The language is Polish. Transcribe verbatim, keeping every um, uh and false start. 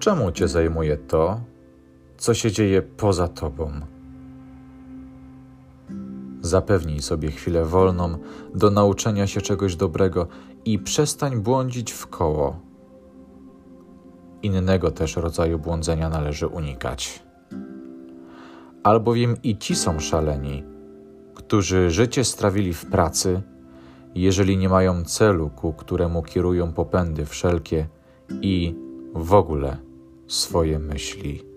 Czemu cię zajmuje to, co się dzieje poza tobą? Zapewnij sobie chwilę wolną do nauczenia się czegoś dobrego i przestań błądzić w koło. Innego też rodzaju błądzenia należy unikać. Albowiem i ci są szaleni, którzy życie strawili w pracy, jeżeli nie mają celu, ku któremu kierują popędy wszelkie i w ogóle swoje myśli.